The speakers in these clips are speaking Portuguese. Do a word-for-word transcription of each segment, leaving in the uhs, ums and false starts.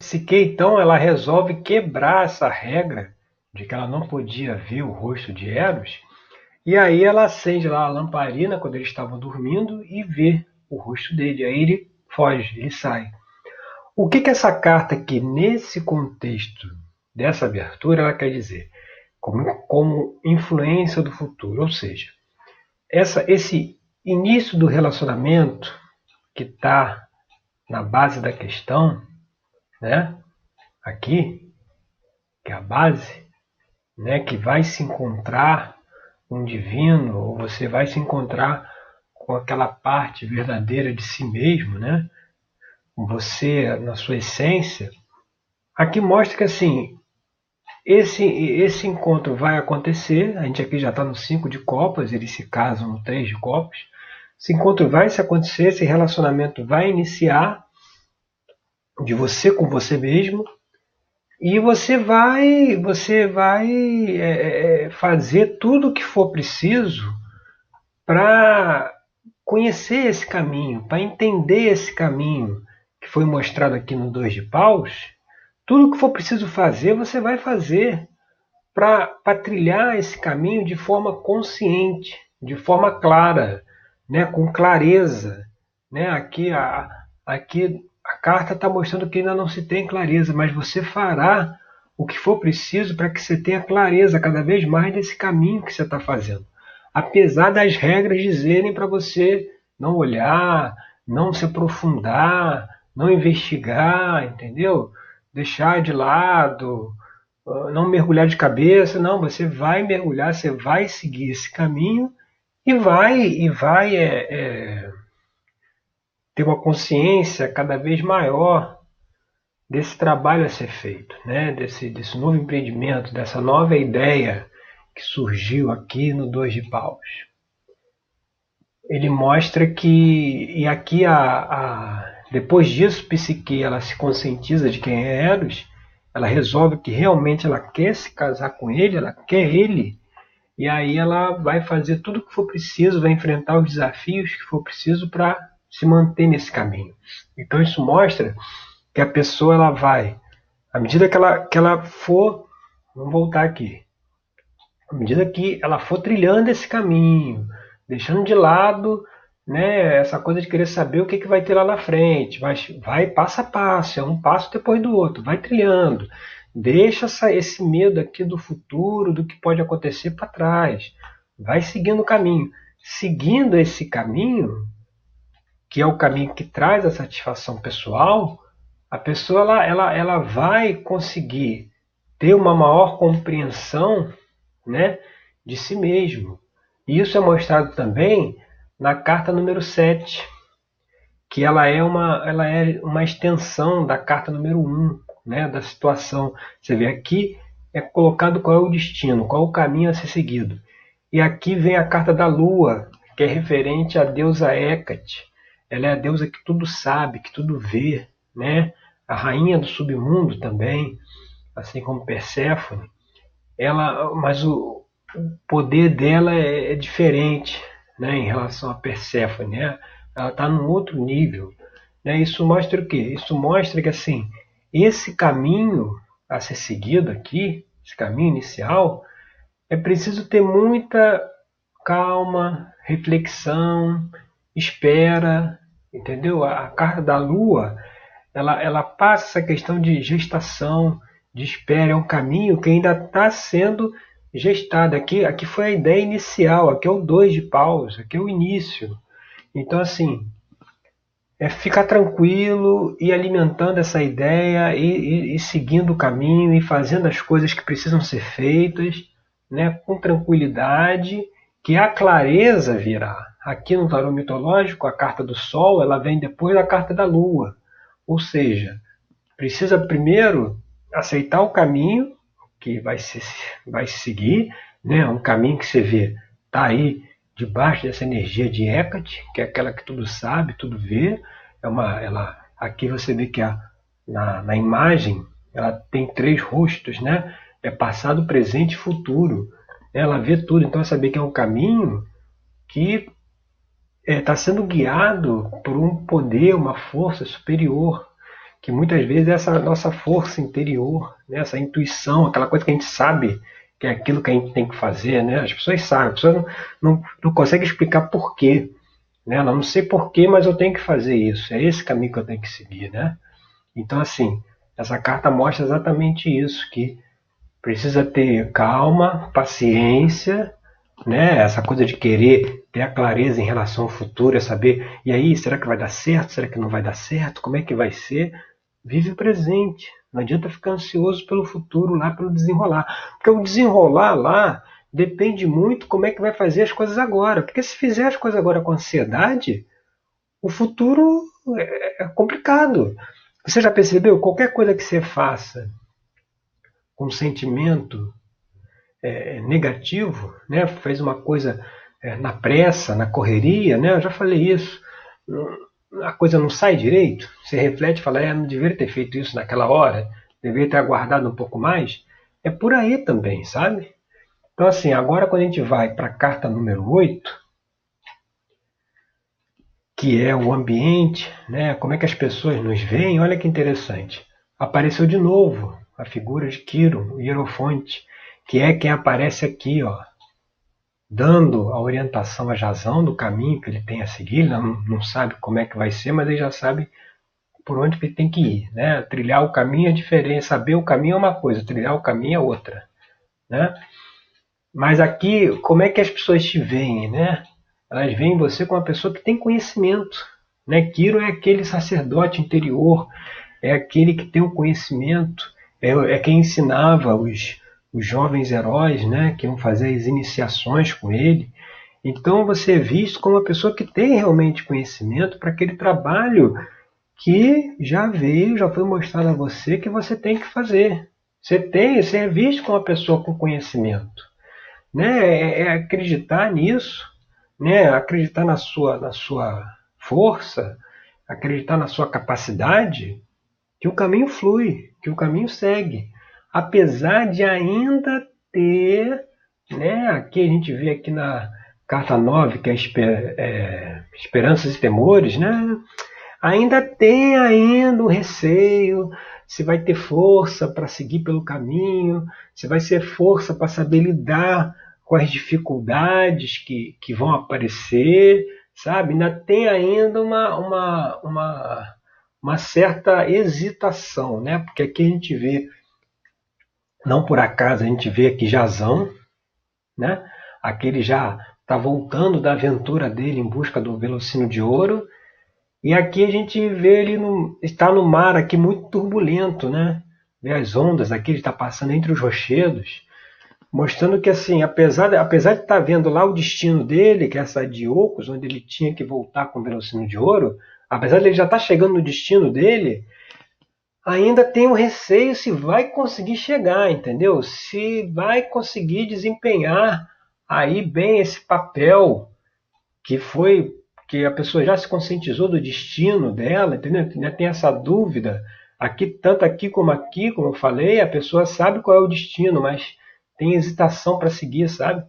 Psique, então, ela resolve quebrar essa regra de que ela não podia ver o rosto de Eros, e aí ela acende lá a lamparina quando eles estavam dormindo e vê o rosto dele. Aí ele foge, ele sai. O que que essa carta aqui, nesse contexto dessa abertura, ela quer dizer? Como, como influência do futuro, ou seja, essa, esse início do relacionamento que está na base da questão, né? Aqui, que é a base, né? Que vai se encontrar um divino, ou você vai se encontrar com aquela parte verdadeira de si mesmo, né? Você na sua essência. Aqui mostra que assim, esse, esse encontro vai acontecer. A gente aqui já está no cinco de copas, eles se casam no três de copas. Esse encontro vai se acontecer, esse relacionamento vai iniciar de você com você mesmo. E você vai, você vai é, fazer tudo o que for preciso para conhecer esse caminho, para entender esse caminho que foi mostrado aqui no Dois de Paus. Tudo o que for preciso fazer, você vai fazer para trilhar esse caminho de forma consciente, de forma clara, né, com clareza. Né? Aqui, a, aqui a carta está mostrando que ainda não se tem clareza, mas você fará o que for preciso para que você tenha clareza cada vez mais desse caminho que você está fazendo. Apesar das regras dizerem para você não olhar, não se aprofundar, não investigar, entendeu? Deixar de lado, não mergulhar de cabeça, não, você vai mergulhar, você vai seguir esse caminho e vai, e vai é, é, ter uma consciência cada vez maior desse trabalho a ser feito, né? desse, desse novo empreendimento, dessa nova ideia que surgiu aqui no Dois de Paus. Ele mostra que, e aqui a, a, depois disso, Psique ela se conscientiza de quem é Eros, ela resolve que realmente ela quer se casar com ele, ela quer ele, e aí ela vai fazer tudo o que for preciso, vai enfrentar os desafios que for preciso para se manter nesse caminho. Então isso mostra que a pessoa ela vai, à medida que ela, que ela for, vamos voltar aqui, à medida que ela for trilhando esse caminho, deixando de lado, né, essa coisa de querer saber o que, que vai ter lá na frente, vai, vai passo a passo, é um passo depois do outro, vai trilhando, deixa essa, esse medo aqui do futuro, do que pode acontecer para trás, vai seguindo o caminho. Seguindo esse caminho, que é o caminho que traz a satisfação pessoal, a pessoa ela, ela, ela vai conseguir ter uma maior compreensão, né, de si mesmo. E isso é mostrado também na carta número sete, que ela é uma, ela é uma extensão da carta número um, né, da situação. Você vê aqui é colocado qual é o destino, qual é o caminho a ser seguido. E aqui vem a carta da Lua, que é referente à deusa Hecate. Ela é a deusa que tudo sabe, que tudo vê, né? A rainha do submundo também, assim como Perséfone. Ela, mas o, o poder dela é, é diferente, né, em relação a Perséfone, né? Ela está num outro nível, né? Isso mostra o quê? Isso mostra que assim, esse caminho a ser seguido aqui, esse caminho inicial, é preciso ter muita calma, reflexão, espera, entendeu? A carta da Lua, ela, ela passa essa questão de gestação, de espera, é um caminho que ainda está sendo gestado. Aqui, aqui foi a ideia inicial, aqui é o dois de paus, aqui é o início. Então, assim, é ficar tranquilo e alimentando essa ideia e, e, e seguindo o caminho e fazendo as coisas que precisam ser feitas, né, com tranquilidade, que a clareza virá. Aqui no tarô mitológico, a carta do Sol ela vem depois da carta da Lua. Ou seja, precisa primeiro aceitar o caminho que vai se, vai se seguir, né? Um caminho que você vê está aí debaixo dessa energia de Hecate, que é aquela que tudo sabe, tudo vê. É uma, ela, aqui você vê que a, na, na imagem ela tem três rostos, né? É passado, presente e futuro. Ela vê tudo, então é saber que é um caminho que está é, sendo guiado por um poder, uma força superior, que muitas vezes é essa nossa força interior, né? Essa intuição, aquela coisa que a gente sabe que é aquilo que a gente tem que fazer, né? As pessoas sabem, as pessoas não, não, não conseguem explicar por quê, né? Ela não sei por quê, mas eu tenho que fazer isso, é esse caminho que eu tenho que seguir, né? Então, assim, essa carta mostra exatamente isso, que precisa ter calma, paciência, né? Essa coisa de querer ter a clareza em relação ao futuro, é saber, e aí, será que vai dar certo? Será que não vai dar certo? Como é que vai ser? Vive o presente. Não adianta ficar ansioso pelo futuro lá, pelo desenrolar. Porque o desenrolar lá depende muito como é que vai fazer as coisas agora. Porque se fizer as coisas agora com ansiedade, o futuro é é complicado. Você já percebeu? Qualquer coisa que você faça com sentimento é, negativo, né? Fez uma coisa é, na pressa, na correria, né? Eu já falei isso. A coisa não sai direito. Você reflete e fala, é, não deveria ter feito isso naquela hora, deveria ter aguardado um pouco mais. É por aí também, sabe? Então, assim, agora quando a gente vai para a carta número oito, que é o ambiente, né? Como é que as pessoas nos veem, olha que interessante. Apareceu de novo a figura de Quiro, o Hierofonte, que é quem aparece aqui, ó, dando a orientação a Jazão do caminho que ele tem a seguir. Ele não, não sabe como é que vai ser, mas ele já sabe por onde que ele tem que ir, né? Trilhar o caminho é diferente, saber o caminho é uma coisa, trilhar o caminho é outra, né? Mas aqui, como é que as pessoas te veem, né? Elas veem você como uma pessoa que tem conhecimento, né? Quiro é aquele sacerdote interior, é aquele que tem o conhecimento, é, é quem ensinava os, os jovens heróis, né? Que iam fazer as iniciações com ele. Então você é visto como uma pessoa que tem realmente conhecimento para aquele trabalho que já veio, já foi mostrado a você que você tem que fazer. Você tem, você é visto como uma pessoa com conhecimento, né? É, é acreditar nisso, né? Acreditar na sua, na sua força, acreditar na sua capacidade, que o caminho flui, que o caminho segue, apesar de ainda ter, né? Aqui a gente vê aqui na carta nove, que é, esper, é Esperanças e Temores, né? Ainda tem ainda um receio, se vai ter força para seguir pelo caminho, se vai ser força para saber lidar com as dificuldades que, que vão aparecer, sabe? Ainda tem ainda uma, uma, uma, uma certa hesitação, né? Porque aqui a gente vê, não por acaso, a gente vê aqui Jazão, né? Aqui ele já está voltando da aventura dele em busca do Velocino de Ouro. E aqui a gente vê ele no, está no mar aqui muito turbulento, né? Vê as ondas aqui, ele está passando entre os rochedos, mostrando que assim, apesar de, apesar de estar vendo lá o destino dele, que é essa de Ocos, onde ele tinha que voltar com o Velocino de Ouro, apesar de ele já estar chegando no destino dele, ainda tem um receio se vai conseguir chegar, entendeu? Se vai conseguir desempenhar aí bem esse papel que foi que a pessoa já se conscientizou do destino dela, entendeu? Ainda tem essa dúvida. Aqui, tanto aqui como aqui, como eu falei, a pessoa sabe qual é o destino, mas tem hesitação para seguir, sabe?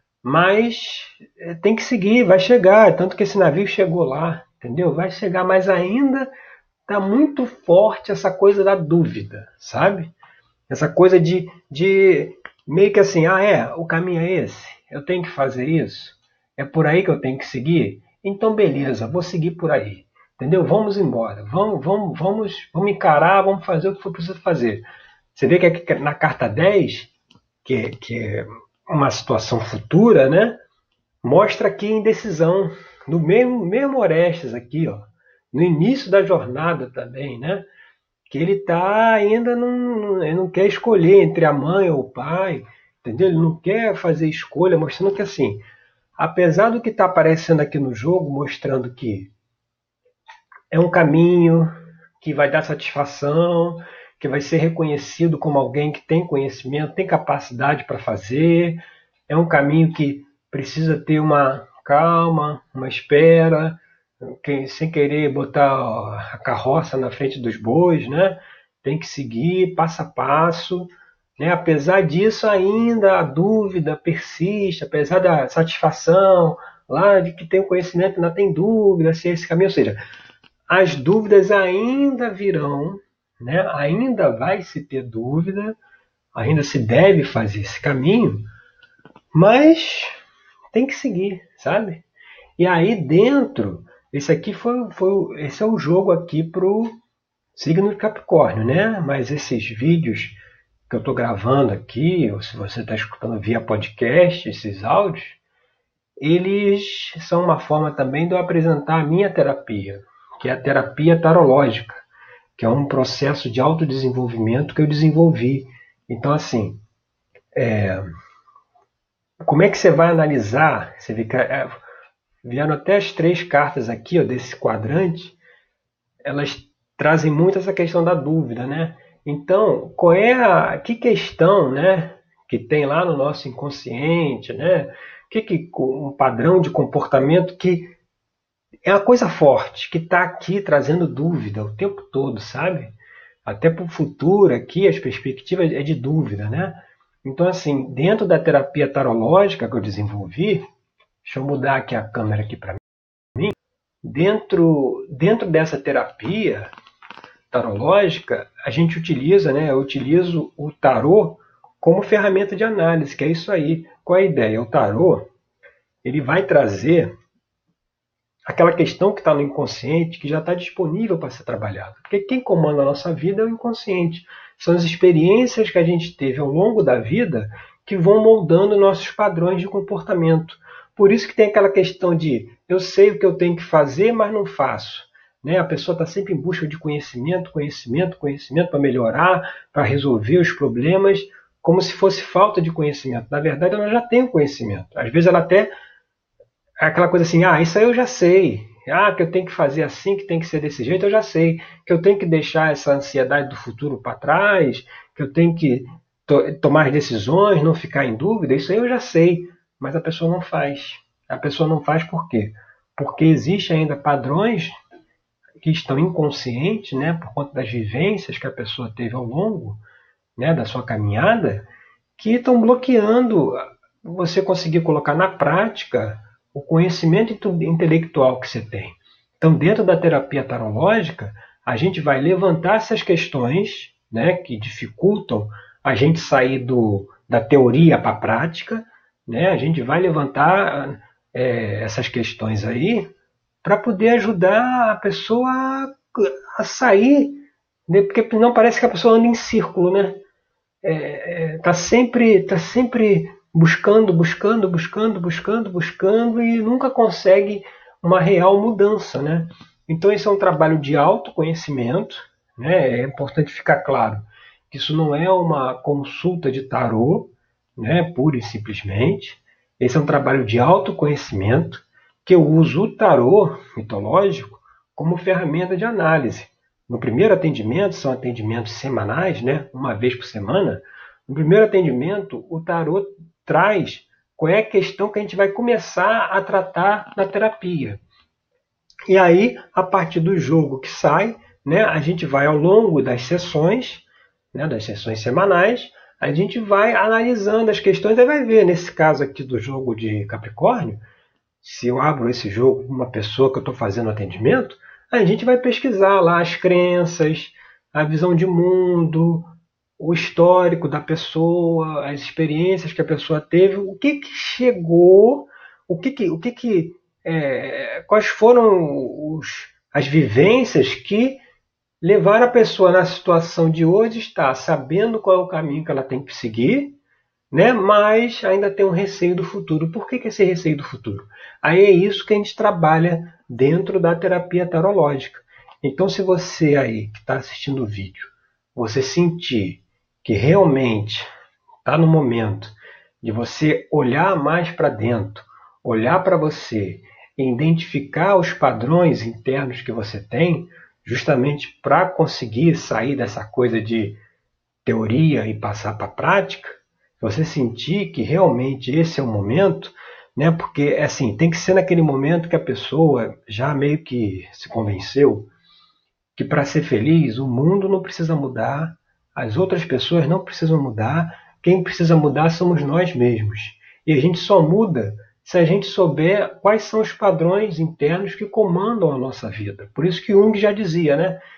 Mas é, tem que seguir, vai chegar. Tanto que esse navio chegou lá, entendeu? Vai chegar, mas ainda está muito forte essa coisa da dúvida, sabe? Essa coisa de, de meio que assim, ah, é, o caminho é esse, eu tenho que fazer isso, é por aí que eu tenho que seguir? Então, beleza, vou seguir por aí, entendeu? Vamos embora, vamos, vamos, vamos, vamos encarar, vamos fazer o que for preciso fazer. Você vê que aqui na carta dez, que, é, que é uma situação futura, né? Mostra aqui a indecisão, no mesmo, mesmo Orestes aqui, ó, no início da jornada também, né? Que ele tá ainda não, ele não quer escolher entre a mãe ou o pai, entendeu? Ele não quer fazer escolha, mostrando que assim, apesar do que está aparecendo aqui no jogo, mostrando que é um caminho que vai dar satisfação, que vai ser reconhecido como alguém que tem conhecimento, tem capacidade para fazer, é um caminho que precisa ter uma calma, uma espera, sem querer botar a carroça na frente dos bois, né? Tem que seguir passo a passo, né? Apesar disso, ainda a dúvida persiste, apesar da satisfação lá de que tem o conhecimento, ainda tem dúvida se é esse caminho. Ou seja, as dúvidas ainda virão, né? Ainda vai se ter dúvida, ainda se deve fazer esse caminho, mas tem que seguir, sabe? E aí dentro, esse aqui foi, foi esse é o jogo aqui pro signo de Capricórnio, né? Mas esses vídeos que eu estou gravando aqui, ou se você está escutando via podcast, esses áudios, eles são uma forma também de eu apresentar a minha terapia, que é a terapia tarológica, que é um processo de autodesenvolvimento que eu desenvolvi. Então, assim, é, como é que você vai analisar? Você vê que é, vieram até as três cartas aqui, ó, desse quadrante, elas trazem muito essa questão da dúvida, né? Então, qual é a que questão, né, que tem lá no nosso inconsciente, né? Que, que um padrão de comportamento que é uma coisa forte, que está aqui trazendo dúvida o tempo todo, sabe? Até para o futuro aqui, as perspectivas é de dúvida, né? Então, assim, dentro da terapia tarológica que eu desenvolvi, deixa eu mudar aqui a câmera aqui para mim, dentro, dentro dessa terapia tarológica, a gente utiliza, né? Eu utilizo o tarô como ferramenta de análise, que é isso aí. Qual é a ideia? O tarô, ele vai trazer aquela questão que está no inconsciente, que já está disponível para ser trabalhada. Porque quem comanda a nossa vida é o inconsciente. São as experiências que a gente teve ao longo da vida que vão moldando nossos padrões de comportamento. Por isso que tem aquela questão de eu sei o que eu tenho que fazer, mas não faço. Né? A pessoa está sempre em busca de conhecimento, conhecimento, conhecimento para melhorar, para resolver os problemas, como se fosse falta de conhecimento. Na verdade, ela já tem o conhecimento. Às vezes ela até é aquela coisa assim, ah, isso aí eu já sei. Ah, que eu tenho que fazer assim, que tem que ser desse jeito, eu já sei. Que eu tenho que deixar essa ansiedade do futuro para trás, que eu tenho que to tomar decisões, não ficar em dúvida, isso aí eu já sei. Mas a pessoa não faz. A pessoa não faz por quê? Porque existem ainda padrões que estão inconscientes, né, por conta das vivências que a pessoa teve ao longo, né, da sua caminhada, que estão bloqueando você conseguir colocar na prática o conhecimento intelectual que você tem. Então, dentro da terapia tarológica, a gente vai levantar essas questões, né, que dificultam a gente sair do, da teoria para a prática, né? A gente vai levantar é, essas questões aí para poder ajudar a pessoa a, a sair, né? Porque não parece que a pessoa anda em círculo, né? É, é, tá sempre, tá sempre buscando, buscando, buscando, buscando, buscando e nunca consegue uma real mudança, né? Então esse é um trabalho de autoconhecimento, né? É importante ficar claro que isso não é uma consulta de tarô, né? Pura e simplesmente. Esse é um trabalho de autoconhecimento que eu uso o tarô mitológico como ferramenta de análise. No primeiro atendimento, são atendimentos semanais, né? Uma vez por semana. No primeiro atendimento, o tarô traz qual é a questão que a gente vai começar a tratar na terapia. E aí, a partir do jogo que sai, né, a gente vai ao longo das sessões, né, das sessões semanais, a gente vai analisando as questões e vai ver, nesse caso aqui do jogo de Capricórnio, se eu abro esse jogo com uma pessoa que eu estou fazendo atendimento, a gente vai pesquisar lá as crenças, a visão de mundo, o histórico da pessoa, as experiências que a pessoa teve, o que, que chegou, o que, que, o que, que é, quais foram os, as vivências que levaram a pessoa na situação de hoje estar sabendo qual é o caminho que ela tem que seguir, né? Mas ainda tem um receio do futuro. Por que, que esse receio do futuro? Aí é isso que a gente trabalha dentro da terapia tarológica. Então, se você aí que está assistindo o vídeo, você sentir que realmente está no momento de você olhar mais para dentro, olhar para você e identificar os padrões internos que você tem, justamente para conseguir sair dessa coisa de teoria e passar para a prática, você sentir que realmente esse é o momento, né? Porque assim, tem que ser naquele momento que a pessoa já meio que se convenceu que para ser feliz o mundo não precisa mudar, as outras pessoas não precisam mudar, quem precisa mudar somos nós mesmos. E a gente só muda se a gente souber quais são os padrões internos que comandam a nossa vida. Por isso que Jung já dizia, né?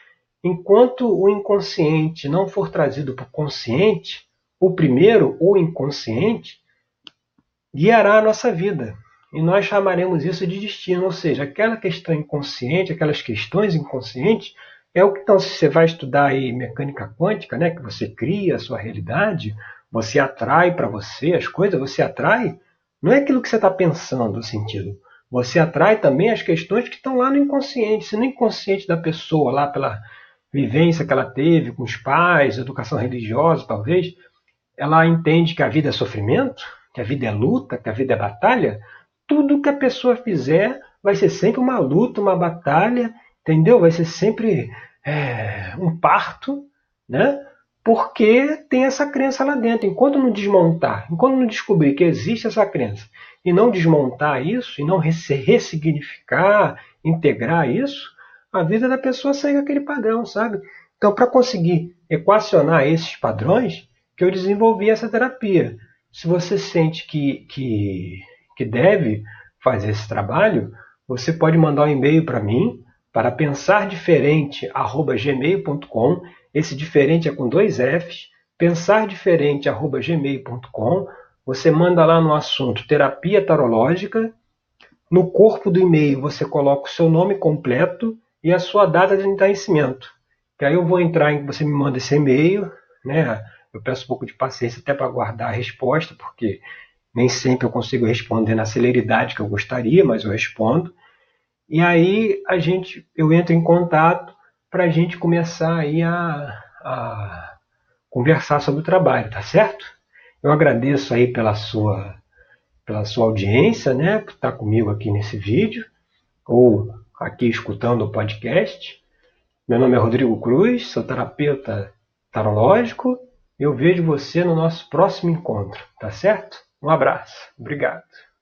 enquanto o inconsciente não for trazido para o consciente, o primeiro, o inconsciente, guiará a nossa vida. E nós chamaremos isso de destino, ou seja, aquela questão inconsciente, aquelas questões inconscientes, é o que então, se você vai estudar aí mecânica quântica, né, que você cria a sua realidade, você atrai para você as coisas, você atrai, não é aquilo que você está pensando, o sentido. Você atrai também as questões que estão lá no inconsciente. Se no inconsciente da pessoa, lá pela vivência que ela teve com os pais, educação religiosa, talvez, ela entende que a vida é sofrimento, que a vida é luta, que a vida é batalha, tudo que a pessoa fizer vai ser sempre uma luta, uma batalha, entendeu? Vai ser sempre é, um parto, né? Porque tem essa crença lá dentro. Enquanto não desmontar, enquanto não descobrir que existe essa crença e não desmontar isso, e não ressignificar, integrar isso, a vida da pessoa segue aquele padrão, sabe? Então, para conseguir equacionar esses padrões, que eu desenvolvi essa terapia. Se você sente que, que, que deve fazer esse trabalho, você pode mandar um e-mail para mim, para pensardiferente arroba gmail ponto com. Esse diferente é com dois Fs, pensardiferente arroba gmail ponto com. Você manda lá no assunto terapia tarológica. No corpo do e-mail você coloca o seu nome completo e a sua data de nascimento. Que aí eu vou entrar em que você me manda esse e-mail, né? Eu peço um pouco de paciência até para aguardar a resposta, porque nem sempre eu consigo responder na celeridade que eu gostaria, mas eu respondo. E aí a gente, eu entro em contato para a gente começar aí a, a conversar sobre o trabalho, tá certo? Eu agradeço aí pela sua, pela sua audiência, né, por estar comigo aqui nesse vídeo, ou aqui escutando o podcast. Meu nome é Rodrigo Cruz, sou terapeuta tarológico. Eu vejo você no nosso próximo encontro, tá certo? Um abraço. Obrigado.